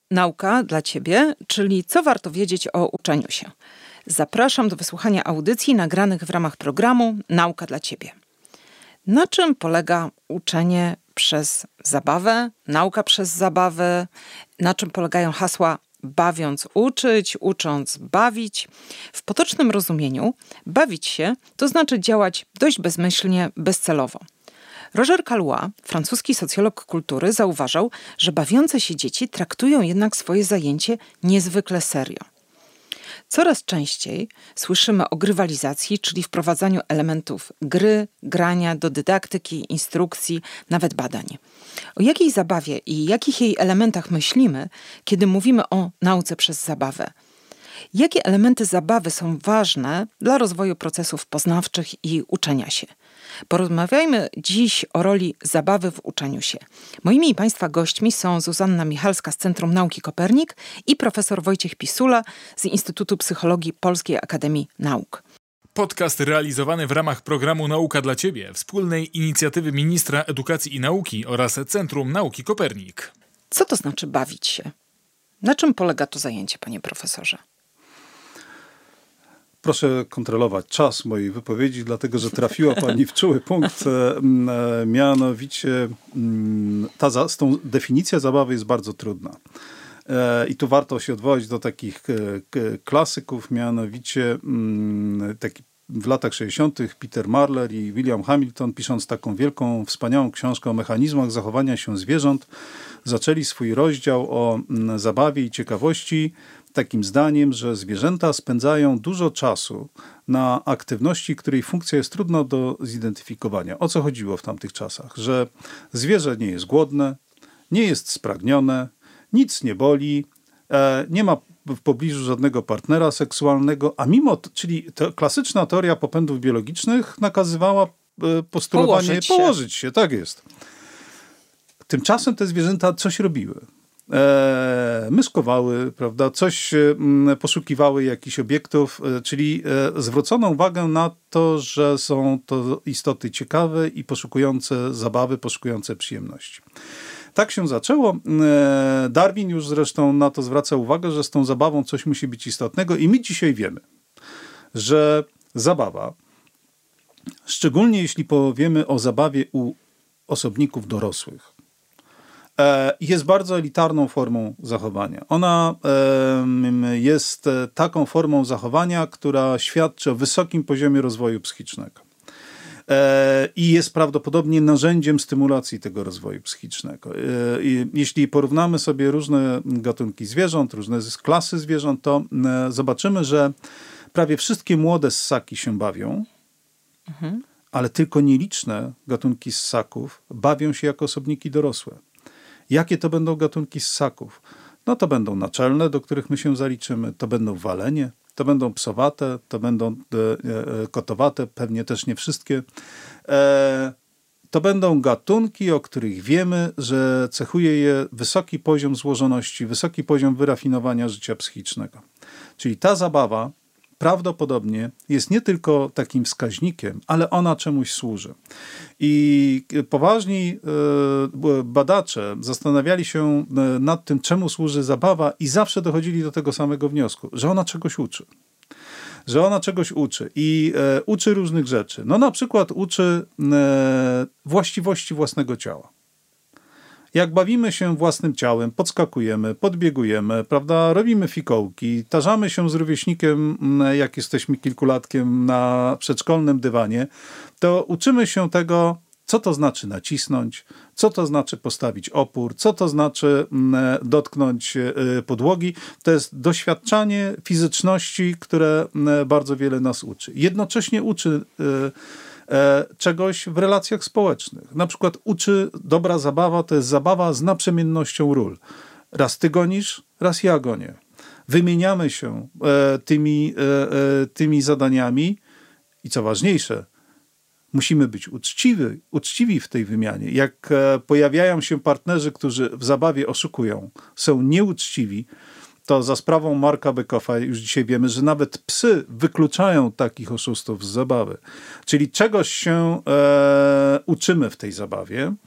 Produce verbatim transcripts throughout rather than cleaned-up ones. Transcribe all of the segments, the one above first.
Nauka dla Ciebie, czyli co warto wiedzieć o uczeniu się. Zapraszam do wysłuchania audycji nagranych w ramach programu Nauka dla Ciebie. Na czym polega uczenie przez zabawę, nauka przez zabawę, na czym polegają hasła bawiąc uczyć, ucząc bawić? W potocznym rozumieniu bawić się to znaczy działać dość bezmyślnie, bezcelowo. Roger Caillois, francuski socjolog kultury, zauważał, że bawiące się dzieci traktują jednak swoje zajęcie niezwykle serio. Coraz częściej słyszymy o grywalizacji, czyli wprowadzaniu elementów gry, grania do dydaktyki, instrukcji, nawet badań. O jakiej zabawie i jakich jej elementach myślimy, kiedy mówimy o nauce przez zabawę? Jakie elementy zabawy są ważne dla rozwoju procesów poznawczych i uczenia się? Porozmawiajmy dziś o roli zabawy w uczeniu się. Moimi i Państwa gośćmi są Zuzanna Michalska z Centrum Nauki Kopernik i profesor Wojciech Pisula z Instytutu Psychologii Polskiej Akademii Nauk. Podcast realizowany w ramach programu Nauka dla Ciebie, wspólnej inicjatywy Ministra Edukacji i Nauki oraz Centrum Nauki Kopernik. Co to znaczy bawić się? Na czym polega to zajęcie, panie profesorze? Proszę kontrolować czas mojej wypowiedzi, dlatego że trafiła pani w czuły punkt. E, mianowicie ta, za, z tą definicja zabawy jest bardzo trudna. E, I tu warto się odwołać do takich e, klasyków, mianowicie m, taki w latach sześćdziesiątych Peter Marler i William Hamilton, pisząc taką wielką, wspaniałą książkę o mechanizmach zachowania się zwierząt, zaczęli swój rozdział o m, zabawie i ciekawości takim zdaniem, że zwierzęta spędzają dużo czasu na aktywności, której funkcja jest trudna do zidentyfikowania. O co chodziło w tamtych czasach? Że zwierzę nie jest głodne, nie jest spragnione, nic nie boli, e, nie ma w pobliżu żadnego partnera seksualnego, a mimo, to, czyli to klasyczna teoria popędów biologicznych nakazywała e, postulowanie położyć się. położyć się. Tak jest. Tymczasem te zwierzęta coś robiły. E, myszkowały, prawda, coś e, poszukiwały jakichś obiektów, e, czyli e, zwrócono uwagę na to, że są to istoty ciekawe i poszukujące zabawy, poszukujące przyjemności. Tak się zaczęło. E, Darwin już zresztą na to zwraca uwagę, że z tą zabawą coś musi być istotnego i my dzisiaj wiemy, że zabawa, szczególnie jeśli powiemy o zabawie u osobników dorosłych, jest bardzo elitarną formą zachowania. Ona jest taką formą zachowania, która świadczy o wysokim poziomie rozwoju psychicznego. I jest prawdopodobnie narzędziem stymulacji tego rozwoju psychicznego. Jeśli porównamy sobie różne gatunki zwierząt, różne klasy zwierząt, to zobaczymy, że prawie wszystkie młode ssaki się bawią, mhm. ale tylko nieliczne gatunki ssaków bawią się jako osobniki dorosłe. Jakie to będą gatunki ssaków? No to będą naczelne, do których my się zaliczymy, to będą walenie, to będą psowate, to będą e, e, kotowate, pewnie też nie wszystkie. E, to będą gatunki, o których wiemy, że cechuje je wysoki poziom złożoności, wysoki poziom wyrafinowania życia psychicznego. Czyli ta zabawa prawdopodobnie jest nie tylko takim wskaźnikiem, ale ona czemuś służy. I poważni badacze zastanawiali się nad tym, czemu służy zabawa i zawsze dochodzili do tego samego wniosku, że ona czegoś uczy. Że ona czegoś uczy i e, uczy różnych rzeczy. No na przykład uczy e, właściwości własnego ciała. Jak bawimy się własnym ciałem, podskakujemy, podbiegujemy, prawda, robimy fikołki, tarzamy się z rówieśnikiem, jak jesteśmy kilkulatkiem na przedszkolnym dywanie, to uczymy się tego, co to znaczy nacisnąć, co to znaczy postawić opór, co to znaczy dotknąć podłogi. To jest doświadczanie fizyczności, które bardzo wiele nas uczy. Jednocześnie uczy czegoś w relacjach społecznych. Na przykład uczy dobra zabawa, to jest zabawa z naprzemiennością ról. Raz ty gonisz, raz ja gonię. Wymieniamy się e, tymi, e, e, tymi zadaniami i co ważniejsze, musimy być uczciwi, uczciwi w tej wymianie. Jak e, pojawiają się partnerzy, którzy w zabawie oszukują, są nieuczciwi, to za sprawą Marka Bekoffa już dzisiaj wiemy, że nawet psy wykluczają takich oszustów z zabawy. Czyli czegoś się e, uczymy w tej zabawie.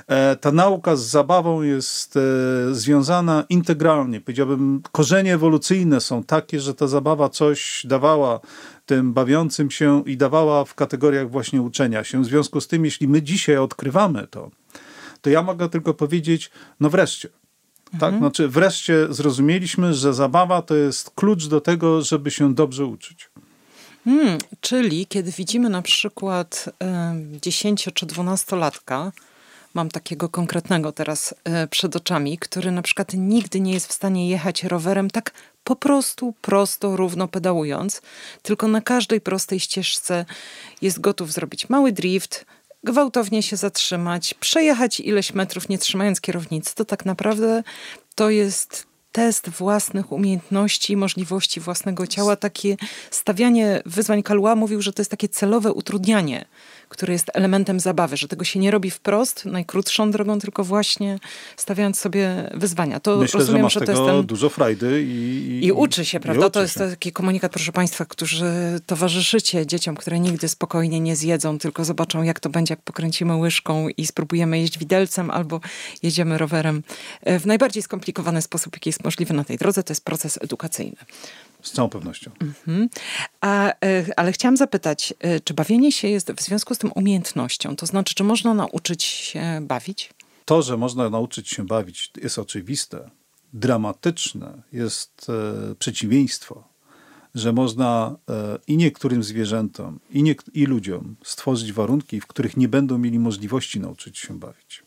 Ta nauka z zabawą jest związana integralnie. Powiedziałbym, korzenie ewolucyjne są takie, że ta zabawa coś dawała tym bawiącym się i dawała w kategoriach właśnie uczenia się. W związku z tym, jeśli my dzisiaj odkrywamy to, to ja mogę tylko powiedzieć, no wreszcie. Mhm. Tak? Znaczy wreszcie zrozumieliśmy, że zabawa to jest klucz do tego, żeby się dobrze uczyć. Hmm, czyli kiedy widzimy na przykład dziesięcio- czy dwunastolatka, mam takiego konkretnego teraz y, przed oczami, który na przykład nigdy nie jest w stanie jechać rowerem tak po prostu, prosto, równo pedałując, tylko na każdej prostej ścieżce jest gotów zrobić mały drift, gwałtownie się zatrzymać, przejechać ileś metrów nie trzymając kierownicy. To tak naprawdę to jest test własnych umiejętności, możliwości własnego ciała, takie stawianie wyzwań. Kaluła mówił, że to jest takie celowe utrudnianie, które jest elementem zabawy, że tego się nie robi wprost, najkrótszą drogą, tylko właśnie stawiając sobie wyzwania. To Myślę, rozumiem, że masz że to tego jest ten... dużo frajdy i... I, I uczy się, prawda? Uczy to jest się. taki komunikat, proszę państwa, którzy towarzyszycie dzieciom, które nigdy spokojnie nie zjedzą, tylko zobaczą, jak to będzie, jak pokręcimy łyżką i spróbujemy jeść widelcem albo jedziemy rowerem w najbardziej skomplikowany sposób, jaki jest możliwy na tej drodze. To jest proces edukacyjny. Z całą pewnością. Mhm. A, ale chciałam zapytać, czy bawienie się jest w związku z tym umiejętnością? To znaczy, czy można nauczyć się bawić? To, że można nauczyć się bawić, jest oczywiste. Dramatyczne jest e, przeciwieństwo, że można e, i niektórym zwierzętom, i, nie, i ludziom stworzyć warunki, w których nie będą mieli możliwości nauczyć się bawić.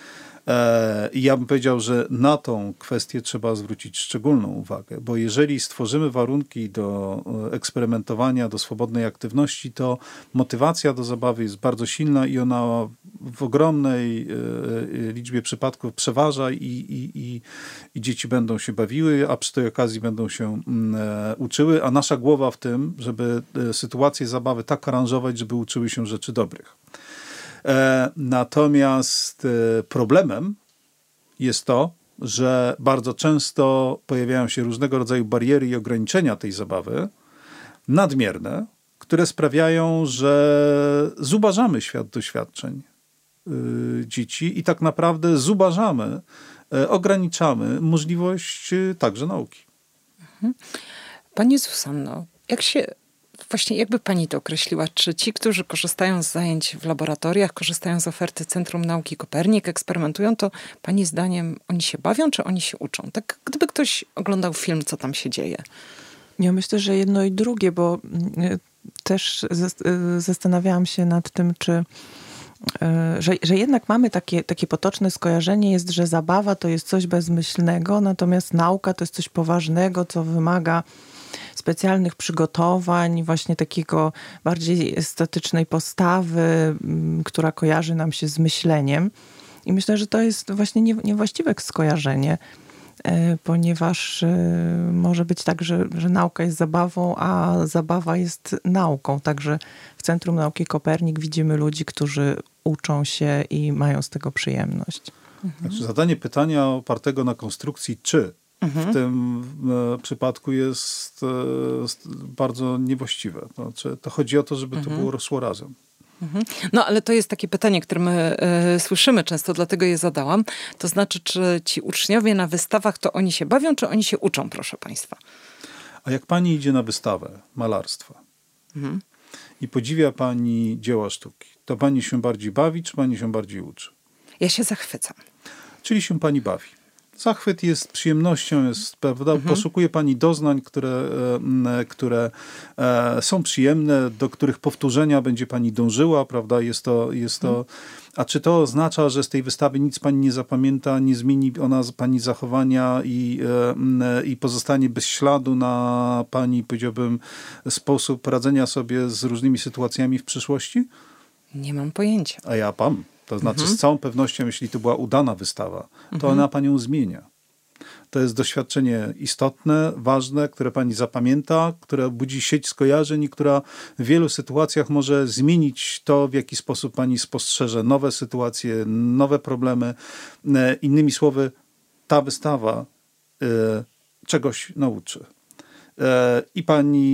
I ja bym powiedział, że na tą kwestię trzeba zwrócić szczególną uwagę, bo jeżeli stworzymy warunki do eksperymentowania, do swobodnej aktywności, to motywacja do zabawy jest bardzo silna i ona w ogromnej liczbie przypadków przeważa i, i, i, i dzieci będą się bawiły, a przy tej okazji będą się uczyły, a nasza głowa w tym, żeby sytuację zabawy tak aranżować, żeby uczyły się rzeczy dobrych. Natomiast problemem jest to, że bardzo często pojawiają się różnego rodzaju bariery i ograniczenia tej zabawy, nadmierne, które sprawiają, że zubażamy świat doświadczeń dzieci i tak naprawdę zubażamy, ograniczamy możliwość także nauki. Pani Zuzanno, jak się... Właśnie jakby pani to określiła, czy ci, którzy korzystają z zajęć w laboratoriach, korzystają z oferty Centrum Nauki Kopernik, eksperymentują, to pani zdaniem oni się bawią, czy oni się uczą? Tak gdyby ktoś oglądał film, co tam się dzieje. Ja myślę, że jedno i drugie, bo też zastanawiałam się nad tym, czy Że, że jednak mamy takie, takie potoczne skojarzenie jest, że zabawa to jest coś bezmyślnego, natomiast nauka to jest coś poważnego, co wymaga specjalnych przygotowań, właśnie takiego bardziej estetycznej postawy, która kojarzy nam się z myśleniem. I myślę, że to jest właśnie nie, niewłaściwe skojarzenie, ponieważ może być tak, że, że nauka jest zabawą, a zabawa jest nauką. Także w Centrum Nauki Kopernik widzimy ludzi, którzy uczą się i mają z tego przyjemność. Mhm. Znaczy, zadanie pytania opartego na konstrukcji czy mhm. w tym e, przypadku jest e, bardzo niewłaściwe. Znaczy, to chodzi o to, żeby mhm. to było rosło razem. No, ale to jest takie pytanie, które my y, słyszymy często, dlatego je zadałam. To znaczy, czy ci uczniowie na wystawach, to oni się bawią, czy oni się uczą, proszę państwa? A jak pani idzie na wystawę malarstwa mhm. i podziwia pani dzieła sztuki, to pani się bardziej bawi, czy pani się bardziej uczy? Ja się zachwycam. Czyli się pani bawi. Zachwyt jest przyjemnością, jest, prawda? Mhm. Poszukuje pani doznań, które, e, które e, są przyjemne, do których powtórzenia będzie pani dążyła, prawda? Jest to, jest to, mhm. A czy to oznacza, że z tej wystawy nic pani nie zapamięta, nie zmieni ona pani zachowania i, e, i pozostanie bez śladu na pani, powiedziałbym, sposób radzenia sobie z różnymi sytuacjami w przyszłości? Nie mam pojęcia. A ja mam. To znaczy mhm. z całą pewnością, jeśli to była udana wystawa, to mhm. ona panią zmienia. To jest doświadczenie istotne, ważne, które pani zapamięta, które budzi sieć skojarzeń i która w wielu sytuacjach może zmienić to, w jaki sposób pani spostrzeże nowe sytuacje, nowe problemy. Innymi słowy, ta wystawa y, czegoś nauczy. I pani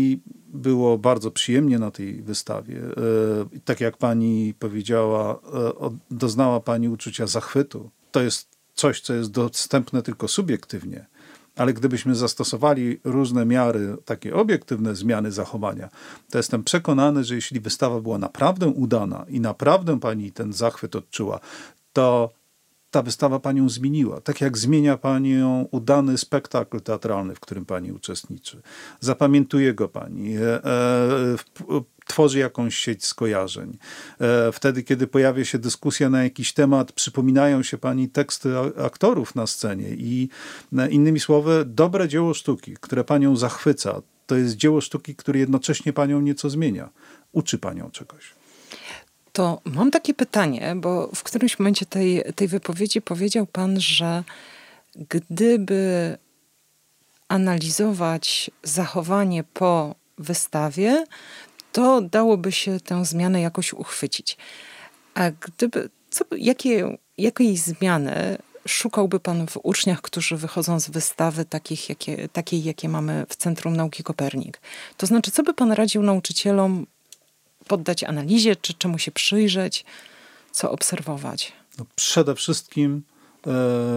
było bardzo przyjemnie na tej wystawie. Tak jak pani powiedziała, doznała pani uczucia zachwytu. To jest coś, co jest dostępne tylko subiektywnie, ale gdybyśmy zastosowali różne miary, takie obiektywne zmiany zachowania, to jestem przekonany, że jeśli wystawa była naprawdę udana i naprawdę pani ten zachwyt odczuła, to ta wystawa panią zmieniła. Tak jak zmienia panią udany spektakl teatralny, w którym pani uczestniczy. Zapamiętuje go pani. E, e, tworzy jakąś sieć skojarzeń. E, wtedy, kiedy pojawia się dyskusja na jakiś temat, przypominają się pani teksty aktorów na scenie i e, innymi słowy, dobre dzieło sztuki, które panią zachwyca, to jest dzieło sztuki, które jednocześnie panią nieco zmienia. Uczy panią czegoś. To mam takie pytanie, bo w którymś momencie tej, tej wypowiedzi powiedział pan, że gdyby analizować zachowanie po wystawie, to dałoby się tę zmianę jakoś uchwycić. A gdyby, co, jakie, jakiej zmiany szukałby pan w uczniach, którzy wychodzą z wystawy takich, jakie, takiej, jakie mamy w Centrum Nauki Kopernik? To znaczy, co by pan radził nauczycielom poddać analizie, czy czemu się przyjrzeć, co obserwować? No przede wszystkim e,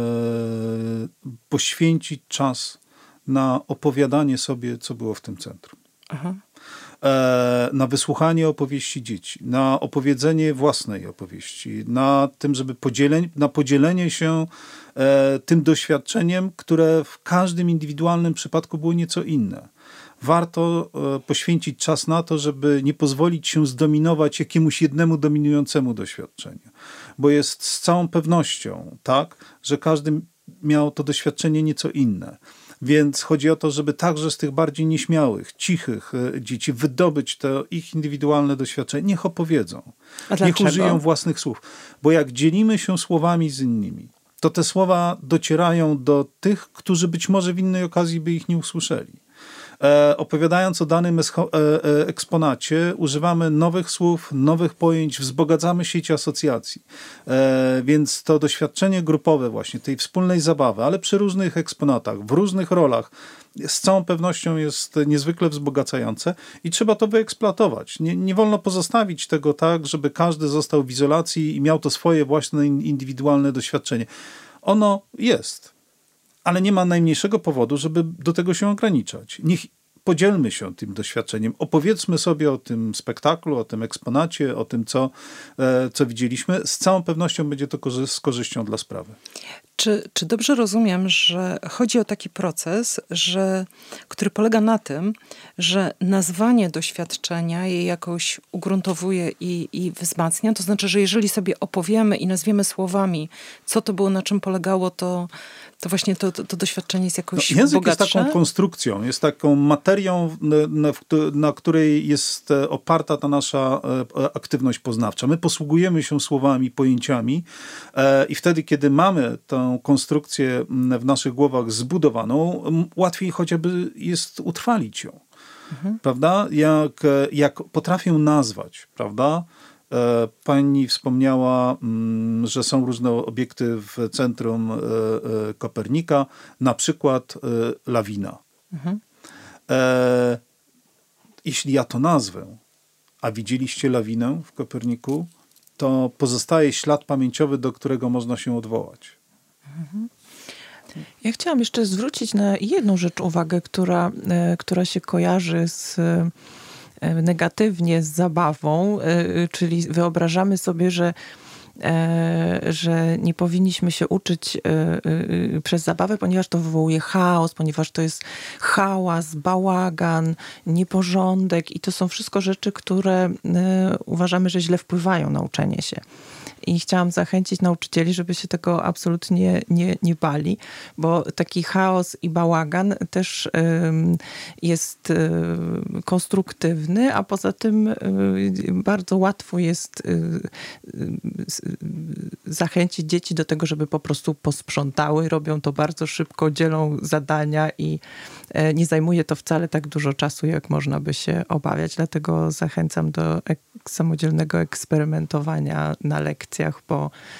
poświęcić czas na opowiadanie sobie, co było w tym centrum. Aha. E, na wysłuchanie opowieści dzieci, na opowiedzenie własnej opowieści, na tym, żeby podzieleń, na podzielenie się e, tym doświadczeniem, które w każdym indywidualnym przypadku było nieco inne. Warto poświęcić czas na to, żeby nie pozwolić się zdominować jakiemuś jednemu dominującemu doświadczeniu. Bo jest z całą pewnością tak, że każdy miał to doświadczenie nieco inne. Więc chodzi o to, żeby także z tych bardziej nieśmiałych, cichych dzieci wydobyć to ich indywidualne doświadczenie. Niech opowiedzą. A niech użyją własnych słów. Bo jak dzielimy się słowami z innymi, to te słowa docierają do tych, którzy być może w innej okazji by ich nie usłyszeli. E, opowiadając o danym escho, e, e, eksponacie, używamy nowych słów, nowych pojęć, wzbogacamy sieć asocjacji. E, więc to doświadczenie grupowe właśnie, tej wspólnej zabawy, ale przy różnych eksponatach, w różnych rolach, z całą pewnością jest niezwykle wzbogacające i trzeba to wyeksploatować. Nie, nie wolno pozostawić tego tak, żeby każdy został w izolacji i miał to swoje własne indywidualne doświadczenie. Ono jest. Ale nie ma najmniejszego powodu, żeby do tego się ograniczać. Niech podzielmy się tym doświadczeniem. Opowiedzmy sobie o tym spektaklu, o tym eksponacie, o tym, co, co widzieliśmy. Z całą pewnością będzie to korzy- z korzyścią dla sprawy. Czy, czy dobrze rozumiem, że chodzi o taki proces, że, który polega na tym, że nazwanie doświadczenia je jakoś ugruntowuje i, i wzmacnia? To znaczy, że jeżeli sobie opowiemy i nazwiemy słowami, co to było, na czym polegało, to, to właśnie to, to, to doświadczenie jest jakoś no, język bogatsze? jest taką konstrukcją, jest taką materią, na, na, na której jest oparta ta nasza aktywność poznawcza. My posługujemy się słowami, pojęciami e, i wtedy, kiedy mamy tę konstrukcję w naszych głowach zbudowaną, łatwiej chociażby jest utrwalić ją. Mhm. Prawda? Jak, jak potrafię nazwać, prawda? Pani wspomniała, że są różne obiekty w Centrum Kopernika, na przykład lawina. Mhm. Jeśli ja to nazwę, a widzieliście lawinę w Koperniku, to pozostaje ślad pamięciowy, do którego można się odwołać. Mhm. Ja chciałam jeszcze zwrócić na jedną rzecz uwagę, która, która się kojarzy z negatywnie z zabawą, czyli wyobrażamy sobie, że, że nie powinniśmy się uczyć przez zabawę, ponieważ to wywołuje chaos, ponieważ to jest hałas, bałagan, nieporządek i to są wszystko rzeczy, które uważamy, że źle wpływają na uczenie się. I chciałam zachęcić nauczycieli, żeby się tego absolutnie nie, nie bali, bo taki chaos i bałagan też ym, jest y, konstruktywny, a poza tym y, bardzo łatwo jest y, y, zachęcić dzieci do tego, żeby po prostu posprzątały. Robią to bardzo szybko, dzielą zadania i y, nie zajmuje to wcale tak dużo czasu, jak można by się obawiać. Dlatego zachęcam do ek- samodzielnego eksperymentowania na lekcjach, bo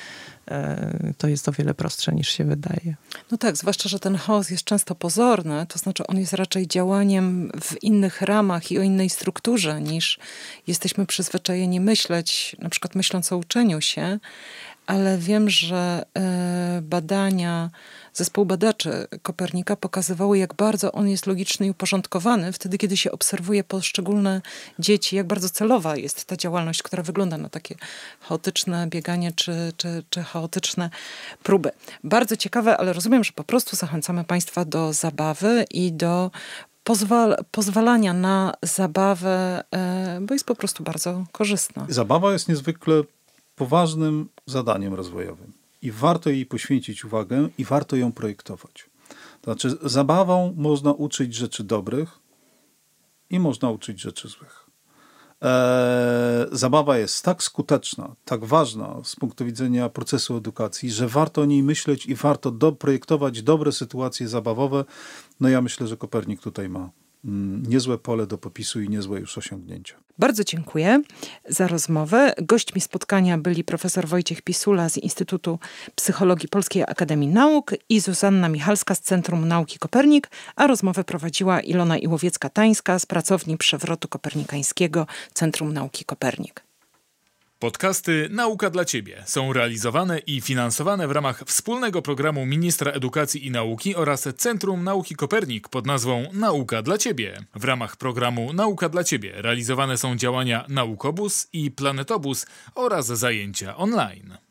to jest o wiele prostsze niż się wydaje. No tak, zwłaszcza, że ten chaos jest często pozorny, to znaczy on jest raczej działaniem w innych ramach i o innej strukturze niż jesteśmy przyzwyczajeni myśleć, na przykład myśląc o uczeniu się, ale wiem, że y, badania zespołu badaczy Kopernika pokazywały, jak bardzo on jest logiczny i uporządkowany wtedy, kiedy się obserwuje poszczególne dzieci, jak bardzo celowa jest ta działalność, która wygląda na takie chaotyczne bieganie czy, czy, czy chaotyczne próby. Bardzo ciekawe, ale rozumiem, że po prostu zachęcamy Państwa do zabawy i do pozwal, pozwalania na zabawę, y, bo jest po prostu bardzo korzystna. Zabawa jest niezwykle poważnym zadaniem rozwojowym i warto jej poświęcić uwagę i warto ją projektować. To znaczy zabawą można uczyć rzeczy dobrych i można uczyć rzeczy złych. Eee, zabawa jest tak skuteczna, tak ważna z punktu widzenia procesu edukacji, że warto o niej myśleć i warto doprojektować dobre sytuacje zabawowe. No ja myślę, że Kopernik tutaj ma niezłe pole do popisu i niezłe już osiągnięcia. Bardzo dziękuję za rozmowę. Gośćmi spotkania byli profesor Wojciech Pisula z Instytutu Psychologii Polskiej Akademii Nauk i Zuzanna Michalska z Centrum Nauki Kopernik, a rozmowę prowadziła Ilona Iłowiecka-Tańska z pracowni Przewrotu Kopernikańskiego Centrum Nauki Kopernik. Podcasty Nauka dla Ciebie są realizowane i finansowane w ramach wspólnego programu Ministra Edukacji i Nauki oraz Centrum Nauki Kopernik pod nazwą Nauka dla Ciebie. W ramach programu Nauka dla Ciebie realizowane są działania Naukobus i Planetobus oraz zajęcia online.